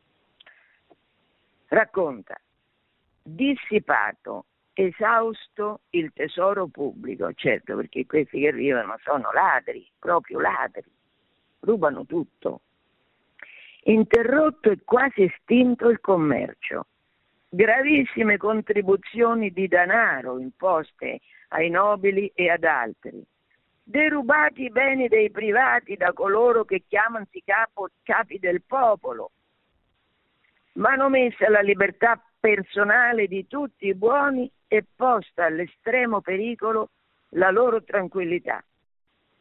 Racconta: dissipato, esausto il tesoro pubblico, certo, perché questi che arrivano sono ladri, proprio ladri, rubano tutto. Interrotto e quasi estinto il commercio, gravissime contribuzioni di denaro imposte ai nobili e ad altri, derubati i beni dei privati da coloro che chiamansi capo, capi del popolo, manomessa la libertà personale di tutti i buoni e posta all'estremo pericolo la loro tranquillità.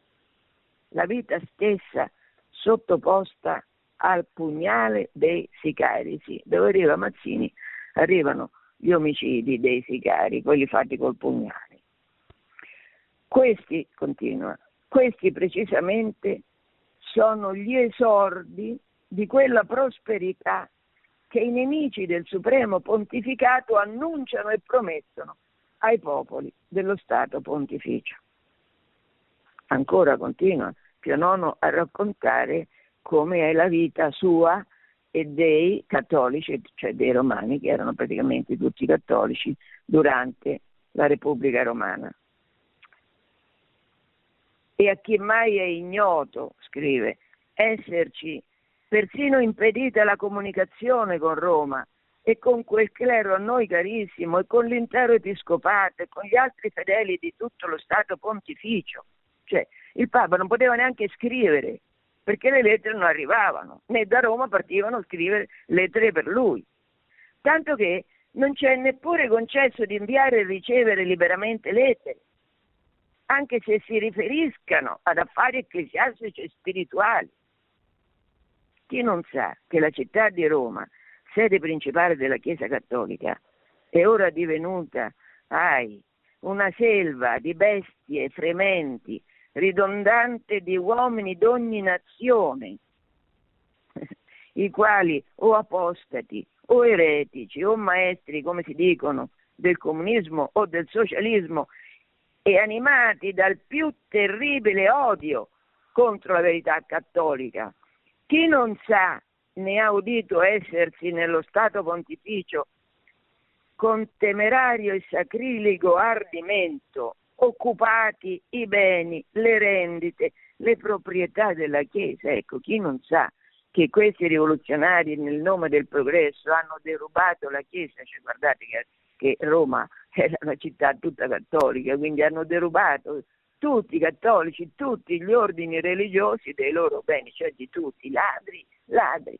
la vita stessa sottoposta al pugnale dei sicari. Sì, dove arriva Mazzini arrivano gli omicidi dei sicari, quelli fatti col pugnale. Questi, continua, questi precisamente sono gli esordi di quella prosperità che i nemici del Supremo Pontificato annunciano e promettono ai popoli dello Stato Pontificio. Ancora continua Pio nono a raccontare come è la vita sua e dei cattolici, cioè dei romani, che erano praticamente tutti cattolici durante la Repubblica Romana. E a chi mai è ignoto, scrive, esserci persino impedita la comunicazione con Roma e con quel clero a noi carissimo e con l'intero episcopato e con gli altri fedeli di tutto lo Stato Pontificio. Cioè, il Papa non poteva neanche scrivere, perché le lettere non arrivavano, né da Roma partivano a scrivere lettere per lui. Tanto che non c'è neppure concesso di inviare e ricevere liberamente lettere, anche se si riferiscano ad affari ecclesiastici e spirituali. Chi non sa che la città di Roma, sede principale della Chiesa Cattolica, è ora divenuta, ai, una selva di bestie frementi, ridondante di uomini d'ogni nazione, i quali o apostati o eretici o maestri, come si dicono, del comunismo o del socialismo, e animati dal più terribile odio contro la verità cattolica. Chi non sa né ha udito essersi nello Stato Pontificio con temerario e sacrilico ardimento occupati i beni, le rendite, le proprietà della Chiesa. Ecco, chi non sa che questi rivoluzionari nel nome del progresso hanno derubato la Chiesa, cioè guardate che, che Roma era una città tutta cattolica, quindi hanno derubato tutti i cattolici, tutti gli ordini religiosi dei loro beni, cioè di tutti, ladri, ladri.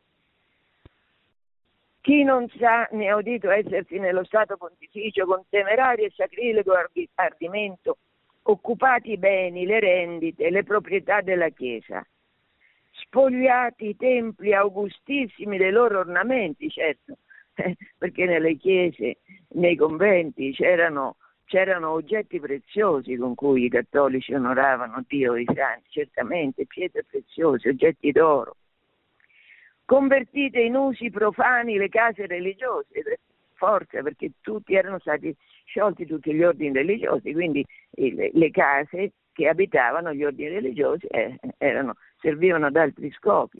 Chi non sa né ha udito essersi nello Stato Pontificio con temerario e sacrilego ardimento occupati i beni, le rendite, le proprietà della Chiesa, spogliati i templi augustissimi dei loro ornamenti, certo, eh, perché nelle chiese, nei conventi c'erano, c'erano oggetti preziosi con cui i cattolici onoravano Dio e i santi, certamente, pietre preziose, oggetti d'oro. Convertite in usi profani le case religiose, forza, perché tutti erano stati sciolti tutti gli ordini religiosi, quindi le, le case che abitavano gli ordini religiosi eh, erano, servivano ad altri scopi.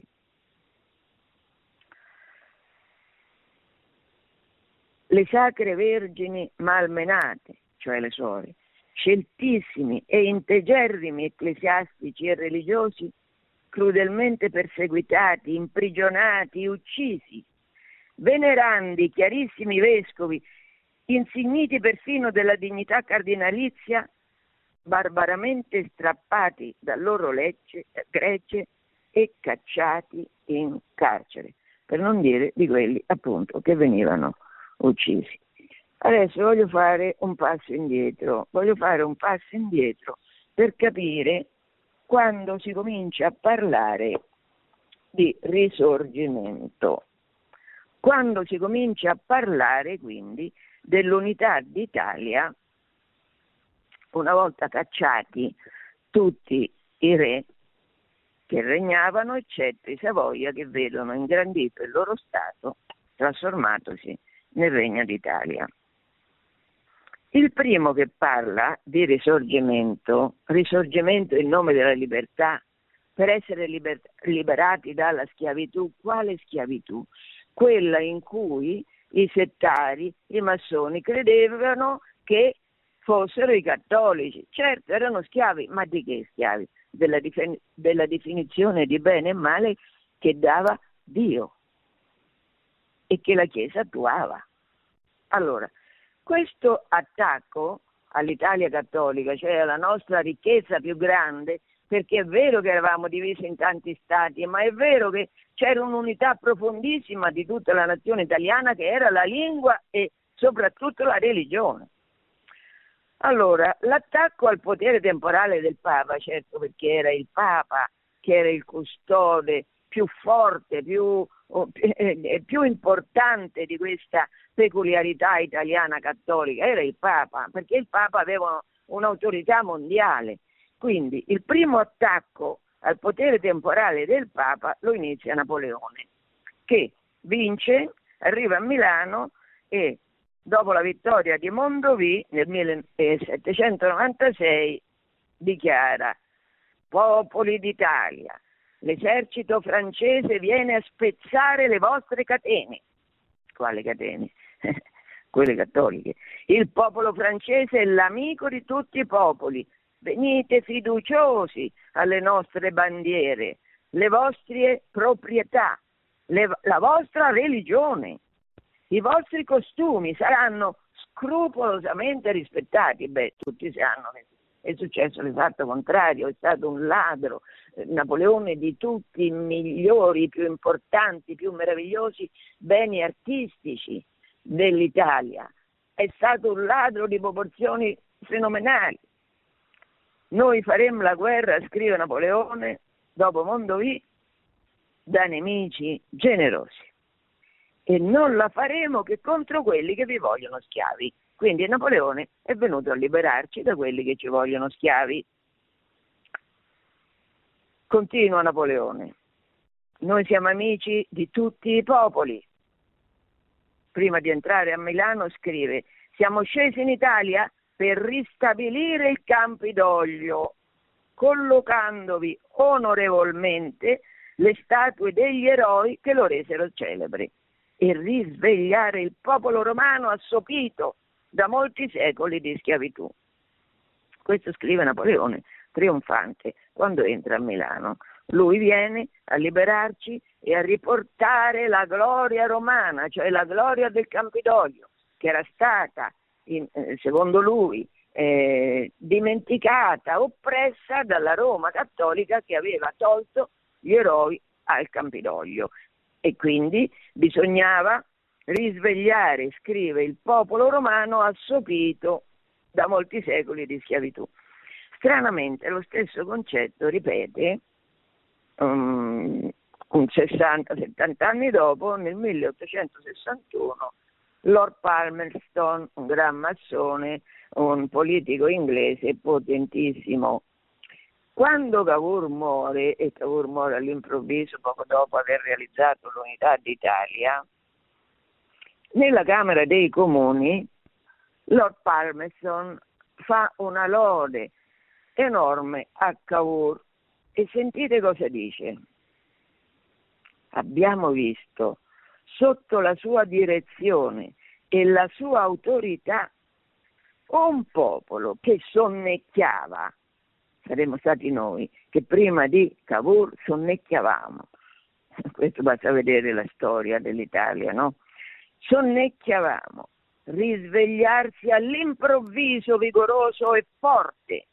Le sacre vergini malmenate, cioè le suore, sceltissimi e integerrimi ecclesiastici e religiosi, crudelmente perseguitati, imprigionati, uccisi, venerandi chiarissimi vescovi, insigniti perfino della dignità cardinalizia, barbaramente strappati dal loro lecce, gregge e cacciati in carcere, per non dire di quelli appunto che venivano uccisi. Adesso voglio fare un passo indietro, voglio fare un passo indietro per capire quando si comincia a parlare di risorgimento, quando si comincia a parlare quindi dell'unità d'Italia una volta cacciati tutti i re che regnavano, eccetto i Savoia, che vedono ingrandito il loro Stato trasformatosi nel Regno d'Italia. Il primo che parla di risorgimento, risorgimento in nome della libertà, per essere liber- liberati dalla schiavitù. Quale schiavitù? Quella in cui i settari, i massoni credevano che fossero i cattolici. Certo, erano schiavi, ma di che schiavi? Della, dif- della definizione di bene e male che dava Dio e che la Chiesa attuava. Allora, questo attacco all'Italia cattolica, cioè alla nostra ricchezza più grande, perché è vero che eravamo divisi in tanti stati, ma è vero che c'era un'unità profondissima di tutta la nazione italiana che era la lingua e soprattutto la religione. Allora, l'attacco al potere temporale del Papa, certo perché era il Papa che era il custode più forte, più, eh, più importante di questa peculiarità italiana cattolica, era il Papa, perché il Papa aveva un'autorità mondiale. Quindi il primo attacco al potere temporale del Papa lo inizia Napoleone, che vince, arriva a Milano e dopo la vittoria di Mondovì nel millesettecentonovantasei dichiara: popoli d'Italia, l'esercito francese viene a spezzare le vostre catene. Quali catene? Quelle cattoliche. Il popolo francese è l'amico di tutti i popoli. Venite fiduciosi alle nostre bandiere, le vostre proprietà, le, la vostra religione, i vostri costumi saranno scrupolosamente rispettati. Beh, tutti sanno che è successo l'esatto contrario, è stato un ladro. Napoleone di tutti i migliori, più importanti, più meravigliosi beni artistici dell'Italia. È stato un ladro di proporzioni fenomenali. Noi faremo la guerra, scrive Napoleone, dopo Mondovì, da nemici generosi. E non la faremo che contro quelli che vi vogliono schiavi. Quindi Napoleone è venuto a liberarci da quelli che ci vogliono schiavi. Continua Napoleone: noi siamo amici di tutti i popoli. Prima di entrare a Milano scrive: siamo scesi in Italia per ristabilire il Campidoglio, collocandovi onorevolmente le statue degli eroi che lo resero celebre, e risvegliare il popolo romano assopito da molti secoli di schiavitù. Questo scrive Napoleone, trionfante, quando entra a Milano. Lui viene a liberarci e a riportare la gloria romana, cioè la gloria del Campidoglio, che era stata, in, eh, secondo lui, eh, dimenticata, oppressa dalla Roma cattolica che aveva tolto gli eroi al Campidoglio. E quindi bisognava risvegliare, scrive, il popolo romano assopito da molti secoli di schiavitù. Stranamente lo stesso concetto ripete um, un sessanta settanta anni dopo, nel milleottocentosessantuno, Lord Palmerston, un gran massone, un politico inglese potentissimo. Quando Cavour muore, e Cavour muore all'improvviso poco dopo aver realizzato l'unità d'Italia, nella Camera dei Comuni Lord Palmerston fa una lode enorme a Cavour e sentite cosa dice: abbiamo visto sotto la sua direzione e la sua autorità un popolo che sonnecchiava. Saremmo stati noi che prima di Cavour sonnecchiavamo. Questo basta vedere la storia dell'Italia, no? Sonnecchiavamo, risvegliarsi all'improvviso vigoroso e forte.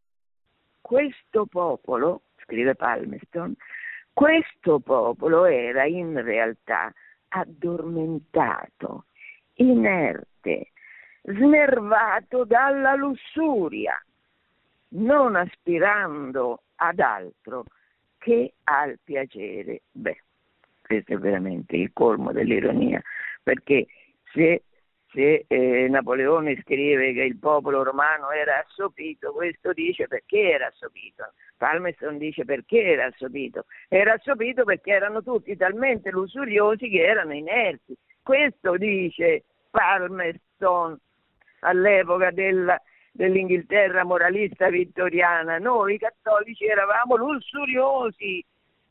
Questo popolo, scrive Palmerston, questo popolo era in realtà addormentato, inerte, snervato dalla lussuria, non aspirando ad altro che al piacere. Beh, questo è veramente il colmo dell'ironia, perché se, se eh, Napoleone scrive che il popolo romano era assopito, questo dice perché era assopito. Palmerston dice perché era assopito. Era assopito perché erano tutti talmente lussuriosi che erano inerti. Questo dice Palmerston all'epoca della dell'Inghilterra moralista vittoriana. Noi cattolici eravamo lussuriosi.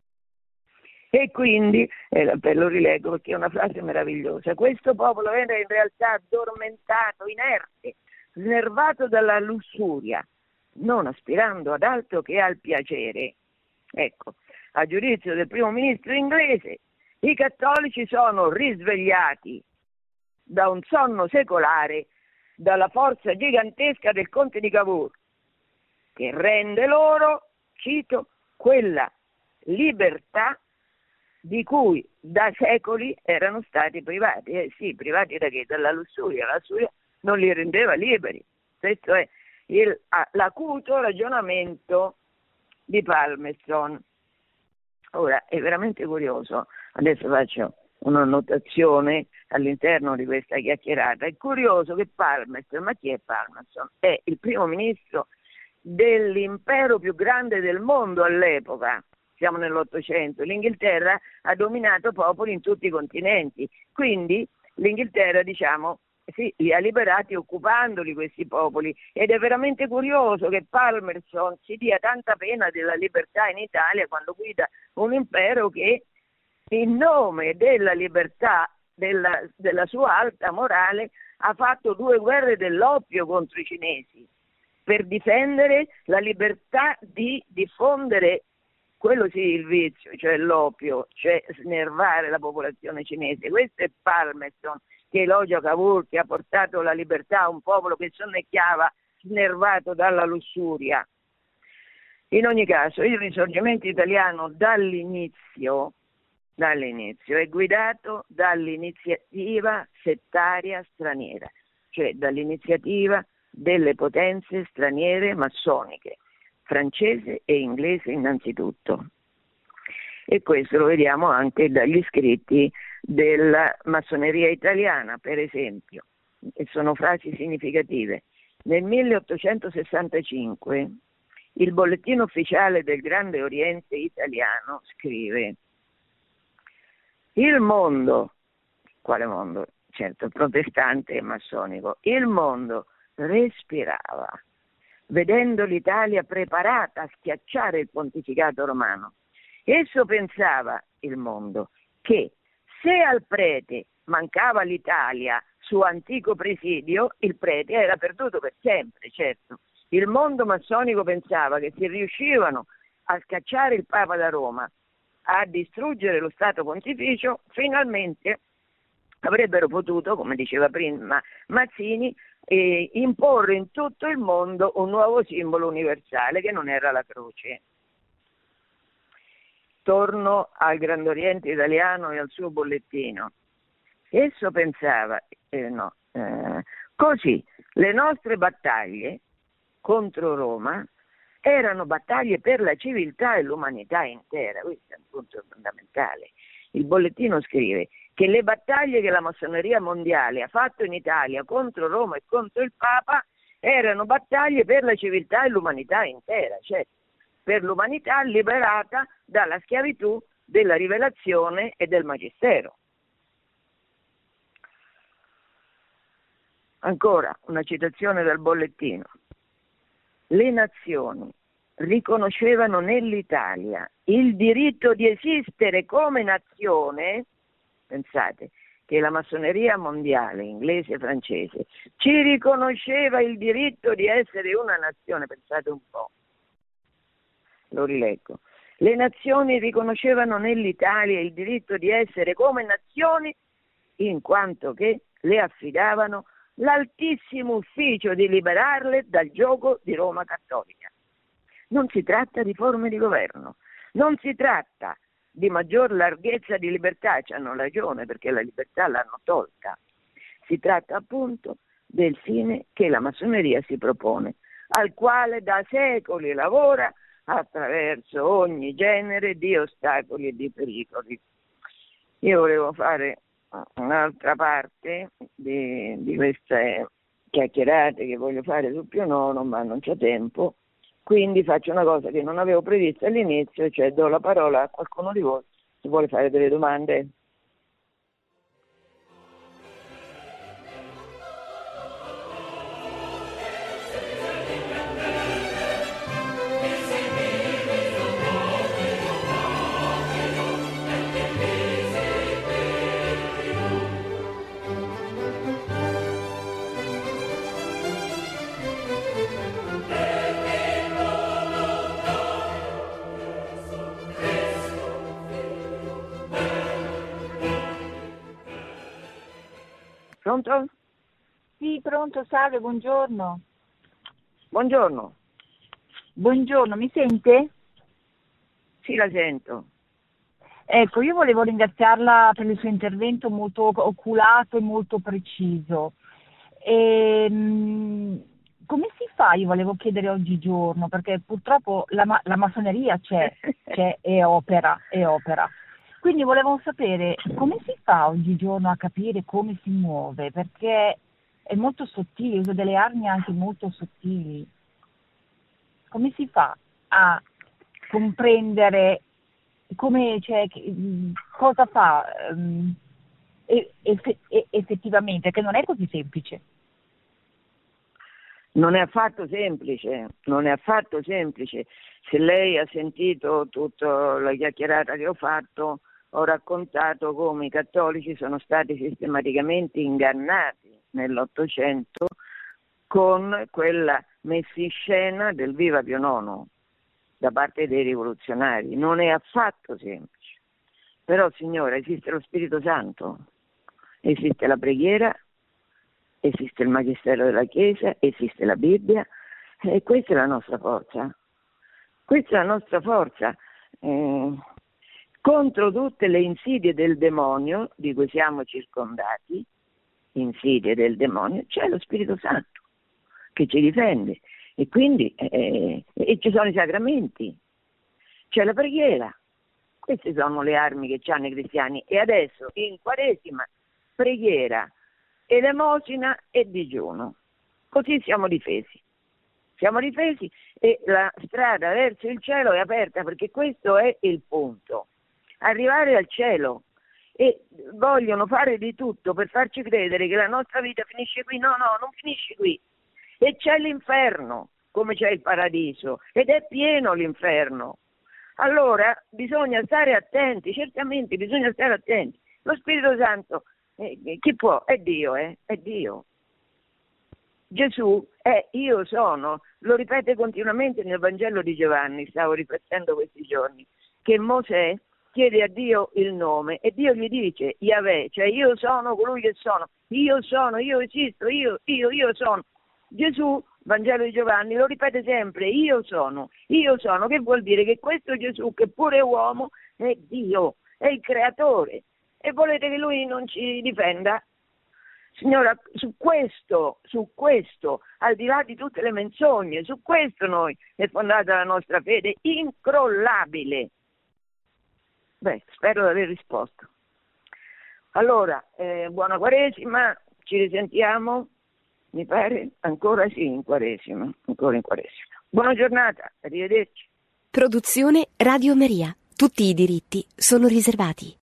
E quindi, eh, lo rileggo perché è una frase meravigliosa: questo popolo era in realtà addormentato, inerte, snervato dalla lussuria, non aspirando ad altro che al piacere. Ecco, a giudizio del primo ministro inglese, i cattolici sono risvegliati da un sonno secolare, dalla forza gigantesca del conte di Cavour, che rende loro, cito, quella libertà di cui da secoli erano stati privati. Eh sì, privati da che? Dalla lussuria. La lussuria non li rendeva liberi. Questo è il, l'acuto ragionamento di Palmerston. Ora, è veramente curioso, adesso faccio una notazione all'interno di questa chiacchierata, è curioso che Palmerston, ma chi è Palmerston? È il primo ministro dell'impero più grande del mondo all'epoca, siamo nell'Ottocento, l'Inghilterra ha dominato popoli in tutti i continenti, quindi l'Inghilterra, diciamo, sì, li ha liberati occupandoli questi popoli, ed è veramente curioso che Palmerston si dia tanta pena della libertà in Italia quando guida un impero che in nome della libertà, della, della sua alta morale, ha fatto due guerre dell'oppio contro i cinesi per difendere la libertà di diffondere quello sì il vizio, cioè l'oppio, cioè snervare la popolazione cinese. Questo è Palmerston, che elogia Cavour, che ha portato la libertà a un popolo che sonnecchiava snervato dalla lussuria. In ogni caso, il risorgimento italiano dall'inizio, dall'inizio è guidato dall'iniziativa settaria straniera, cioè dall'iniziativa delle potenze straniere massoniche, francese e inglese innanzitutto. E questo lo vediamo anche dagli scritti della massoneria italiana, per esempio, e sono frasi significative. Nel milleottocentosessantacinque il bollettino ufficiale del Grande Oriente italiano scrive: il mondo, quale mondo? Certo, protestante e massonico, il mondo respirava vedendo l'Italia preparata a schiacciare il pontificato romano. Esso pensava, il mondo, che se al prete mancava l'Italia, suo antico presidio, il prete era perduto per sempre, certo. Il mondo massonico pensava che se riuscivano a scacciare il Papa da Roma, a distruggere lo Stato Pontificio, finalmente avrebbero potuto, come diceva prima Mazzini, eh, imporre in tutto il mondo un nuovo simbolo universale che non era la croce. Torno al Grande Oriente italiano e al suo bollettino. Esso pensava, eh, no, eh, così le nostre battaglie contro Roma erano battaglie per la civiltà e l'umanità intera. Questo è un punto fondamentale. Il bollettino scrive che le battaglie che la massoneria mondiale ha fatto in Italia contro Roma e contro il Papa erano battaglie per la civiltà e l'umanità intera, cioè per l'umanità liberata dalla schiavitù della rivelazione e del magistero. Ancora una citazione dal bollettino. Le nazioni riconoscevano nell'Italia il diritto di esistere come nazione, pensate che la massoneria mondiale, inglese e francese, ci riconosceva il diritto di essere una nazione, pensate un po', lo rileggo, le nazioni riconoscevano nell'Italia il diritto di essere come nazioni in quanto che le affidavano l'altissimo ufficio di liberarle dal giogo di Roma cattolica. Non si tratta di forme di governo, non si tratta di maggior larghezza di libertà, ci hanno ragione perché la libertà l'hanno tolta. Si tratta appunto del fine che la massoneria si propone, al quale da secoli lavora attraverso ogni genere di ostacoli e di pericoli. Io volevo fare un'altra parte di, di queste chiacchierate che voglio fare sul Pio nono, ma non c'è tempo. Quindi faccio una cosa che non avevo previsto all'inizio, cioè do la parola a qualcuno di voi se vuole fare delle domande. Pronto? Sì, pronto, salve, buongiorno. Buongiorno. Buongiorno, mi sente? Sì, la sento. Ecco, io volevo ringraziarla per il suo intervento molto oculato e molto preciso. E, come fa, io volevo chiedere oggigiorno, perché purtroppo la, ma- la massoneria c'è, c'è e opera, e opera. Quindi volevo sapere come si fa oggigiorno a capire come si muove, perché è molto sottile, usa delle armi anche molto sottili. Come si fa a comprendere come, cioè, che- cosa fa ehm, e- eff- e- effettivamente, che non è così semplice. Non è affatto semplice, non è affatto semplice. Se lei ha sentito tutta la chiacchierata che ho fatto, ho raccontato come i cattolici sono stati sistematicamente ingannati nell'Ottocento con quella messa in scena del Viva Pio nono da parte dei rivoluzionari. Non è affatto semplice. Però, signora, esiste lo Spirito Santo, esiste la preghiera, esiste il Magistero della Chiesa, esiste la Bibbia, e questa è la nostra forza. Questa è la nostra forza eh, contro tutte le insidie del demonio di cui siamo circondati, insidie del demonio, c'è lo Spirito Santo che ci difende, e quindi eh, e ci sono i sacramenti, c'è la preghiera. Queste sono le armi che hanno i cristiani, e adesso in Quaresima preghiera, elemosina e digiuno, così siamo difesi. Siamo difesi e la strada verso il cielo è aperta, perché questo è il punto. Arrivare al cielo, e vogliono fare di tutto per farci credere che la nostra vita finisce qui. No, no, non finisce qui. E c'è l'inferno, come c'è il paradiso, ed è pieno l'inferno. Allora bisogna stare attenti, certamente bisogna stare attenti. Lo Spirito Santo, eh, chi può? È Dio, eh? È Dio. Gesù è io sono, lo ripete continuamente nel Vangelo di Giovanni, stavo riflettendo questi giorni, che Mosè chiede a Dio il nome e Dio gli dice Yahweh, cioè io sono colui che sono, io sono, io esisto, io, io, io sono. Gesù, Vangelo di Giovanni, lo ripete sempre, io sono, io sono, che vuol dire che questo Gesù, che pure è uomo, è Dio, è il creatore, e volete che lui non ci difenda? Signora, su questo, su questo, al di là di tutte le menzogne, su questo noi è fondata la nostra fede incrollabile. Beh, spero di aver risposto. Allora, eh, buona Quaresima, ci risentiamo, mi pare, ancora sì, in Quaresima, ancora in Quaresima. Buona giornata, arrivederci. Produzione Radio Maria. Tutti i diritti sono riservati.